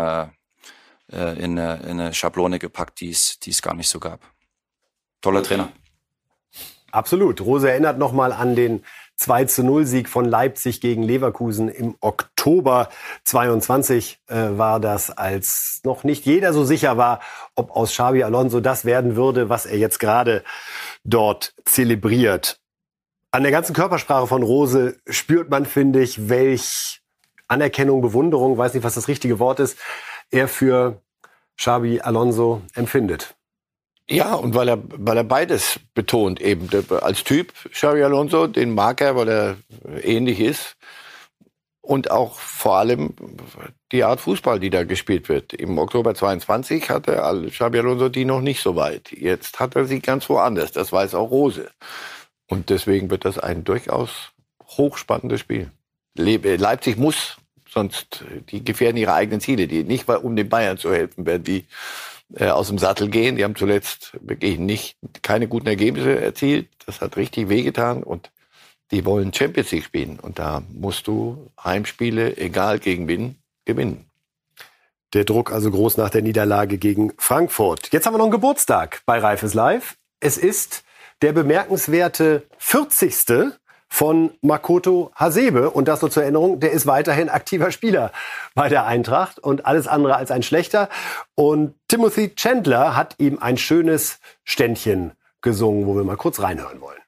eine Schablone gepackt, die es gar nicht so gab. Toller Trainer. Absolut. Rose erinnert nochmal an den 2-0-Sieg von Leipzig gegen Leverkusen im Oktober 22 war das, als noch nicht jeder so sicher war, ob aus Xabi Alonso das werden würde, was er jetzt gerade dort zelebriert. An der ganzen Körpersprache von Rose spürt man, finde ich, welch Anerkennung, Bewunderung, weiß nicht, was das richtige Wort ist, er für Xabi Alonso empfindet. Ja, und weil er beides betont eben. Als Typ, Xabi Alonso, den mag er, weil er ähnlich ist. Und auch vor allem die Art Fußball, die da gespielt wird. Im Oktober 22 hatte Xabi Alonso die noch nicht so weit. Jetzt hat er sie ganz woanders. Das weiß auch Rose. Und deswegen wird das ein durchaus hochspannendes Spiel. Leipzig muss, sonst die gefährden ihre eigenen Ziele, die nicht, um den Bayern zu helfen, werden die aus dem Sattel gehen. Die haben zuletzt wirklich keine guten Ergebnisse erzielt. Das hat richtig wehgetan und die wollen Champions League spielen. Und da musst du Heimspiele, egal gegen wen, gewinnen. Der Druck also groß nach der Niederlage gegen Frankfurt. Jetzt haben wir noch einen Geburtstag bei Reifes Live. Es ist der bemerkenswerte 40. von Makoto Hasebe. Und das nur zur Erinnerung, der ist weiterhin aktiver Spieler bei der Eintracht und alles andere als ein schlechter. Und Timothy Chandler hat ihm ein schönes Ständchen gesungen, wo wir mal kurz reinhören wollen.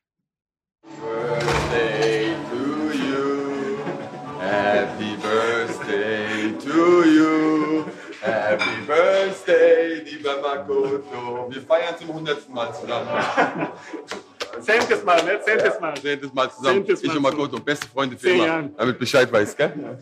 Birthday to you, happy birthday to you, happy birthday, lieber Makoto. Wir feiern zum 100. Mal zusammen. Zehntes Mal, ne? Zehntes Mal. Zehntes Mal zusammen. Ich und Makoto, beste Freunde für immer. Jahren. Damit Bescheid weiß, gell?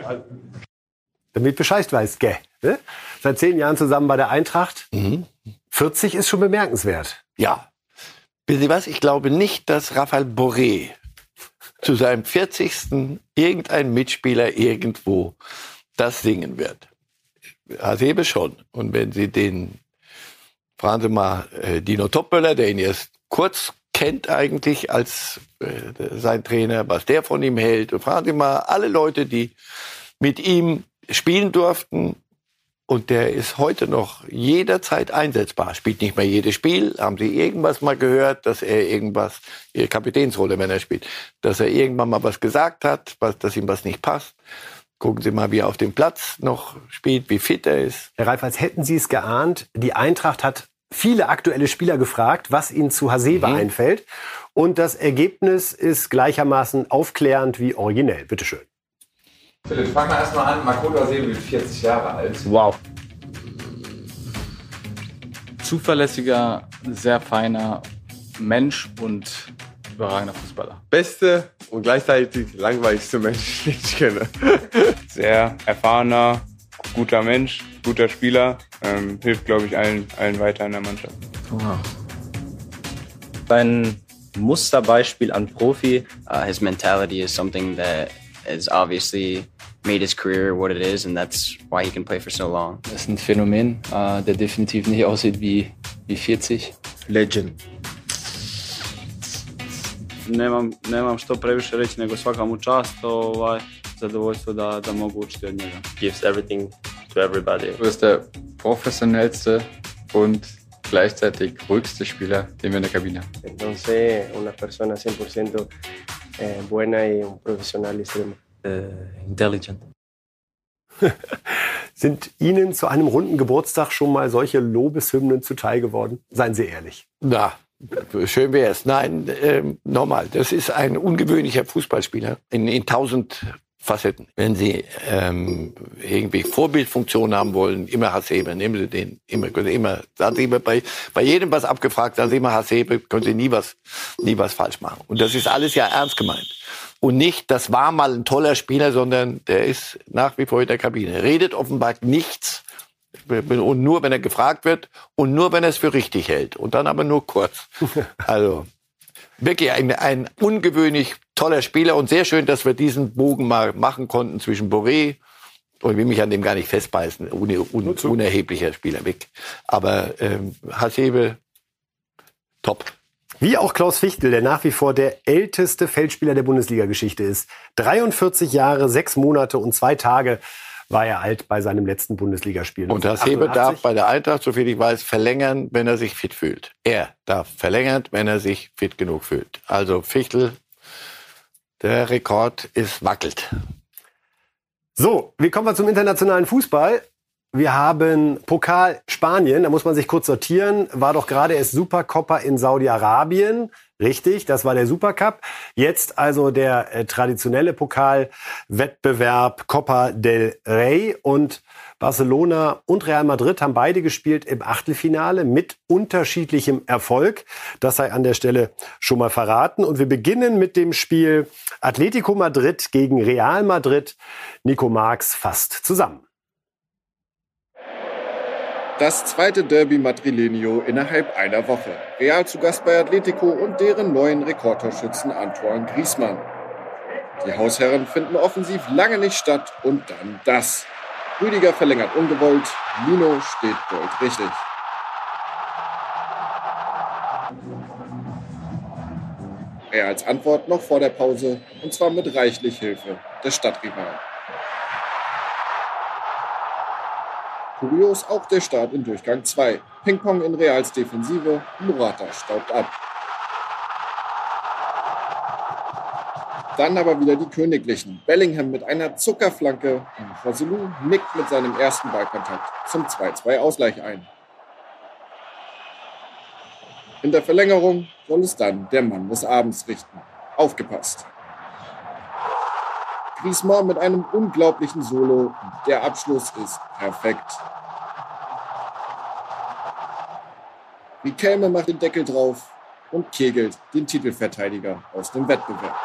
Damit Bescheid weiß, ne? Seit 10 Jahren zusammen bei der Eintracht. 40 ist schon bemerkenswert. Ja. Wissen Sie was? Ich glaube nicht, dass Raphael Borré zu seinem 40. irgendein Mitspieler irgendwo das singen wird. Hasebe schon. Und wenn Sie fragen Sie mal Dino Topmöller, der ihn erst kurz kennt eigentlich als sein Trainer, was der von ihm hält. Und fragen Sie mal alle Leute, die mit ihm spielen durften Und der ist heute noch jederzeit einsetzbar. Spielt nicht mehr jedes Spiel. Haben Sie irgendwas mal gehört, dass er irgendwas, Ihre Kapitänsrolle, wenn er spielt, dass er irgendwann mal was gesagt hat, dass ihm was nicht passt? Gucken Sie mal, wie er auf dem Platz noch spielt, wie fit er ist. Herr Reif, als hätten Sie es geahnt, die Eintracht hat viele aktuelle Spieler gefragt, was ihnen zu Hasebe einfällt. Und das Ergebnis ist gleichermaßen aufklärend wie originell. Bitte schön. Philipp, fangen wir erstmal an. Makoto Hasebe wird 40 Jahre alt. Wow. Zuverlässiger, sehr feiner Mensch und überragender Fußballer. Beste und gleichzeitig langweiligste Mensch, den ich kenne. Sehr erfahrener, guter Mensch, guter Spieler. Hilft, glaube ich, allen weiter in der Mannschaft. Wow. Ein Musterbeispiel an Profi. His mentality is something that has obviously made his career what it is, and that's why he can play for so long. Das ist ein Phänomen, der definitiv nicht aussieht wie 40. Legend. Nemam što previše reći, nego svaka mu čast, zadovoljstvo da mogu učiti od njega. Gives everything to everybody. Du bist der professionellste und gleichzeitig ruhigste Spieler, den wir in der Kabine haben. Entonces, una persona 100% buena y un profesional extremo. Intelligent. Sind Ihnen zu einem runden Geburtstag schon mal solche Lobeshymnen zuteil geworden? Seien Sie ehrlich. Na, schön wär's. Nein, normal. Das ist ein ungewöhnlicher Fußballspieler in 1000 Facetten. Wenn Sie irgendwie Vorbildfunktion haben wollen, immer Hasebe, nehmen Sie den. Immer. Sagen Sie immer bei jedem was abgefragt, sagen Sie immer Hasebe, können Sie nie was falsch machen. Und das ist alles ja ernst gemeint. Und nicht, das war mal ein toller Spieler, sondern der ist nach wie vor in der Kabine. Redet offenbar nichts. Und nur, wenn er gefragt wird und nur, wenn er es für richtig hält. Und dann aber nur kurz. Also wirklich ein ungewöhnlich toller Spieler und sehr schön, dass wir diesen Bogen mal machen konnten zwischen Boré und ich will mich an dem gar nicht festbeißen. Unerheblicher Spieler weg. Aber Hasebe, top. Wie auch Klaus Fichtel, der nach wie vor der älteste Feldspieler der Bundesliga-Geschichte ist. 43 Jahre, 6 Monate und 2 Tage war er alt bei seinem letzten Bundesligaspiel. Und Hasebe darf bei der Eintracht, soviel ich weiß, verlängern, wenn er sich fit fühlt. Er darf verlängern, wenn er sich fit genug fühlt. Also Fichtel, der Rekord ist wackelt. So, wie kommen wir zum internationalen Fußball? Wir haben Pokal Spanien, da muss man sich kurz sortieren. War doch gerade erst Supercopa in Saudi-Arabien. Richtig, das war der Supercup. Jetzt also der traditionelle Pokalwettbewerb Copa del Rey. Und Barcelona und Real Madrid haben beide gespielt im Achtelfinale mit unterschiedlichem Erfolg. Das sei an der Stelle schon mal verraten. Und wir beginnen mit dem Spiel Atletico Madrid gegen Real Madrid. Nico Marx fasst zusammen. Das zweite Derby Madrileño innerhalb einer Woche. Real zu Gast bei Atletico und deren neuen Rekordtorschützen Antoine Griezmann. Die Hausherren finden offensiv lange nicht statt und dann das. Rüdiger verlängert ungewollt, Lino steht goldrichtig. Reals Antwort noch vor der Pause und zwar mit reichlich Hilfe des Stadtrivalen. Kurios auch der Start in Durchgang 2. Ping-Pong in Reals Defensive, Morata staubt ab. Dann aber wieder die Königlichen. Bellingham mit einer Zuckerflanke und Joselu nickt mit seinem ersten Ballkontakt zum 2:2 Ausgleich ein. In der Verlängerung soll es dann der Mann des Abends richten. Aufgepasst! Griezmann mit einem unglaublichen Solo und der Abschluss ist perfekt. Riquelme macht den Deckel drauf und kegelt den Titelverteidiger aus dem Wettbewerb.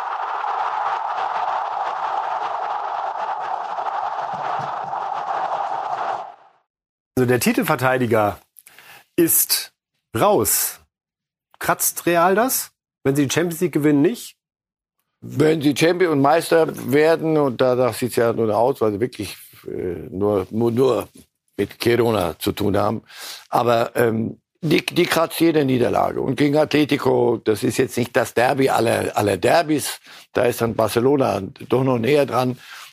Also der Titelverteidiger ist raus. Kratzt Real das? Wenn sie die Champions League gewinnen, nicht? Wenn sie Champion und Meister werden, und da sieht es ja nur aus, weil sie wirklich nur mit Girona zu tun haben, aber die kratzt jede Niederlage. Und gegen Atletico, das ist jetzt nicht das Derby aller Derbys, da ist dann Barcelona doch noch näher dran.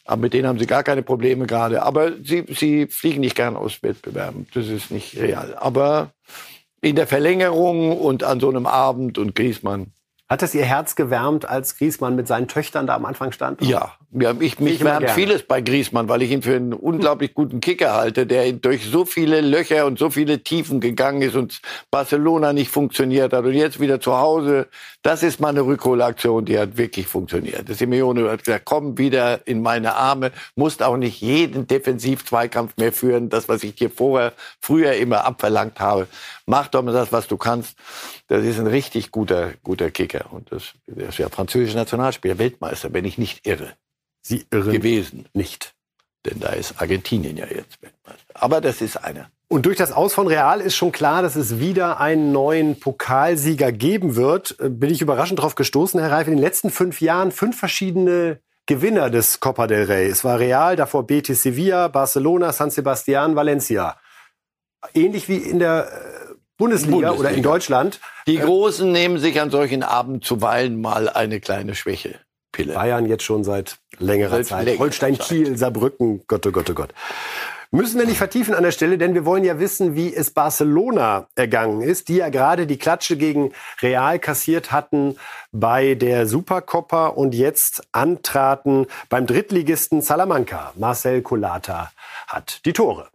Aber mit denen haben sie gar keine Probleme gerade. Aber sie fliegen nicht gern aus Wettbewerben. Das ist nicht real. Aber in der Verlängerung und an so einem Abend und Griezmann. Hat es Ihr Herz gewärmt, als Griezmann mit seinen Töchtern da am Anfang stand? Ja, mich wärmt vieles bei Griezmann, weil ich ihn für einen unglaublich guten Kicker halte, der durch so viele Löcher und so viele Tiefen gegangen ist und Barcelona nicht funktioniert hat und jetzt wieder zu Hause. Das ist mal eine Rückholaktion, die hat wirklich funktioniert. Der Simeone hat gesagt, komm wieder in meine Arme, musst auch nicht jeden Defensiv-Zweikampf mehr führen, das, was ich dir früher immer abverlangt habe. Mach doch mal das, was du kannst. Das ist ein richtig guter Kicker. Und der ist ja französischer Nationalspieler, Weltmeister, wenn ich nicht irre. Sie irren gewesen. Nicht. Denn da ist Argentinien ja jetzt Weltmeister. Aber das ist einer. Und durch das Aus von Real ist schon klar, dass es wieder einen neuen Pokalsieger geben wird. Bin ich überraschend drauf gestoßen, Herr Reif. In den letzten 5 Jahren 5 verschiedene Gewinner des Copa del Rey. Es war Real, davor Betis Sevilla, Barcelona, San Sebastián, Valencia. Ähnlich wie in der Bundesliga oder in Deutschland. Die Großen nehmen sich an solchen Abend zuweilen mal eine kleine Schwächepille. Bayern jetzt schon seit längerer Zeit. Holstein, Kiel, Saarbrücken, Gott, oh Gott, oh Gott. Müssen wir nicht vertiefen an der Stelle, denn wir wollen ja wissen, wie es Barcelona ergangen ist, die ja gerade die Klatsche gegen Real kassiert hatten bei der Supercopa und jetzt antraten beim Drittligisten Salamanca. Marcel Colata hat die Tore.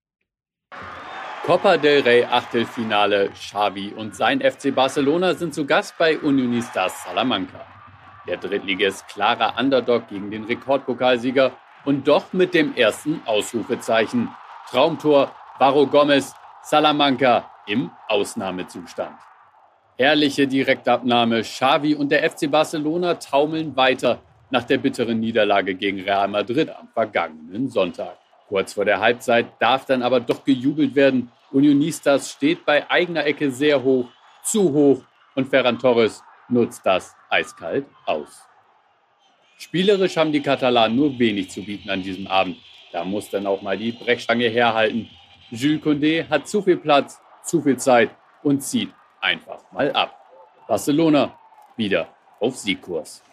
Copa del Rey Achtelfinale. Xavi und sein FC Barcelona sind zu Gast bei Unionistas Salamanca. Der Drittligist klarer Underdog gegen den Rekordpokalsieger und doch mit dem ersten Ausrufezeichen. Traumtor, Varro Gomez, Salamanca im Ausnahmezustand. Herrliche Direktabnahme. Xavi und der FC Barcelona taumeln weiter nach der bitteren Niederlage gegen Real Madrid am vergangenen Sonntag. Kurz vor der Halbzeit darf dann aber doch gejubelt werden. Unionistas steht bei eigener Ecke sehr hoch, zu hoch und Ferran Torres nutzt das eiskalt aus. Spielerisch haben die Katalanen nur wenig zu bieten an diesem Abend. Da muss dann auch mal die Brechstange herhalten. Jules Koundé hat zu viel Platz, zu viel Zeit und zieht einfach mal ab. Barcelona wieder auf Siegkurs.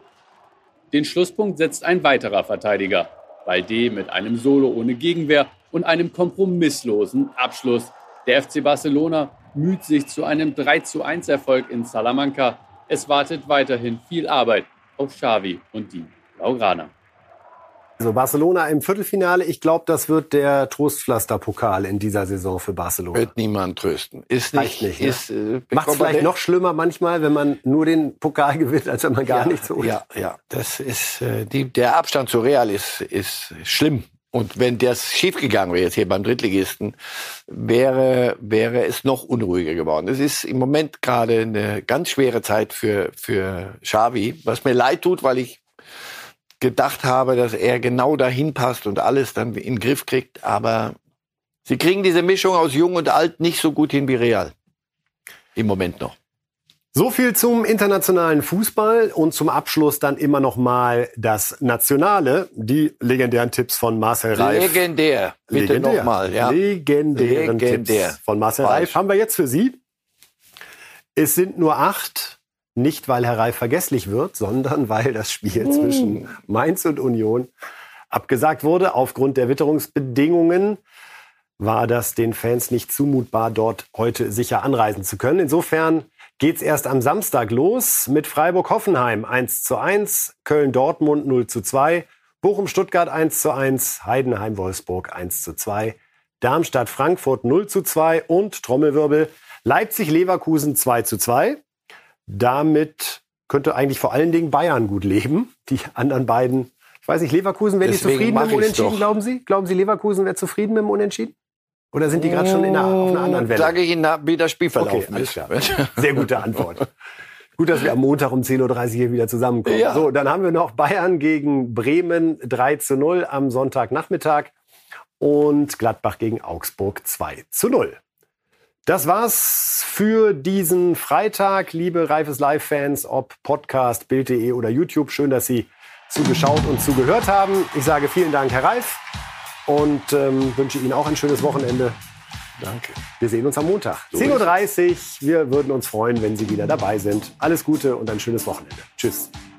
Den Schlusspunkt setzt ein weiterer Verteidiger. Balde mit einem Solo ohne Gegenwehr und einem kompromisslosen Abschluss. Der FC Barcelona müht sich zu einem 3:1 Erfolg in Salamanca. Es wartet weiterhin viel Arbeit auf Xavi und die Blaugraner. Also Barcelona im Viertelfinale. Ich glaube, das wird der Trostpflaster-Pokal in dieser Saison für Barcelona. Wird niemand trösten. Ist nicht. Macht es vielleicht noch schlimmer manchmal, wenn man nur den Pokal gewinnt, als wenn man gar nichts holt. Ja. Das ist der Abstand zu Real ist schlimm. Und wenn das schiefgegangen wäre jetzt hier beim Drittligisten, wäre es noch unruhiger geworden. Es ist im Moment gerade eine ganz schwere Zeit für Xavi, was mir leid tut, weil ich gedacht habe, dass er genau dahin passt und alles dann in den Griff kriegt. Aber sie kriegen diese Mischung aus Jung und Alt nicht so gut hin wie Real. Im Moment noch. So viel zum internationalen Fußball und zum Abschluss dann immer noch mal das Nationale, die legendären Tipps von Marcel Reif. Legendär, bitte nochmal. Ja. Legendären Tipps von Marcel Reif haben wir jetzt für Sie. Es sind nur 8, nicht weil Herr Reif vergesslich wird, sondern weil das Spiel zwischen Mainz und Union abgesagt wurde. Aufgrund der Witterungsbedingungen war das den Fans nicht zumutbar, dort heute sicher anreisen zu können. Insofern geht's erst am Samstag los mit Freiburg-Hoffenheim 1:1, Köln-Dortmund 0:2, Bochum-Stuttgart 1:1, Heidenheim-Wolfsburg 1:2, Darmstadt-Frankfurt 0:2 und Trommelwirbel Leipzig-Leverkusen 2:2. Damit könnte eigentlich vor allen Dingen Bayern gut leben. Die anderen beiden, ich weiß nicht, Leverkusen, wäre die zufrieden mit dem Unentschieden, glauben Sie? Glauben Sie, Leverkusen wäre zufrieden mit dem Unentschieden? Oder sind die gerade schon auf einer anderen Welle? Sage ich Ihnen, wie das Spiel verlaufen ist. Sehr gute Antwort. Gut, dass wir am Montag um 10:30 Uhr hier wieder zusammenkommen. Ja. So, dann haben wir noch Bayern gegen Bremen 3:0 am Sonntagnachmittag und Gladbach gegen Augsburg 2:0. Das war's für diesen Freitag, liebe Reifes Live-Fans, ob Podcast, Bild.de oder YouTube. Schön, dass Sie zugeschaut und zugehört haben. Ich sage vielen Dank, Herr Reif. Und wünsche Ihnen auch ein schönes Wochenende. Danke. Wir sehen uns am Montag. 10:30 Uhr. Wir würden uns freuen, wenn Sie wieder dabei sind. Alles Gute und ein schönes Wochenende. Tschüss.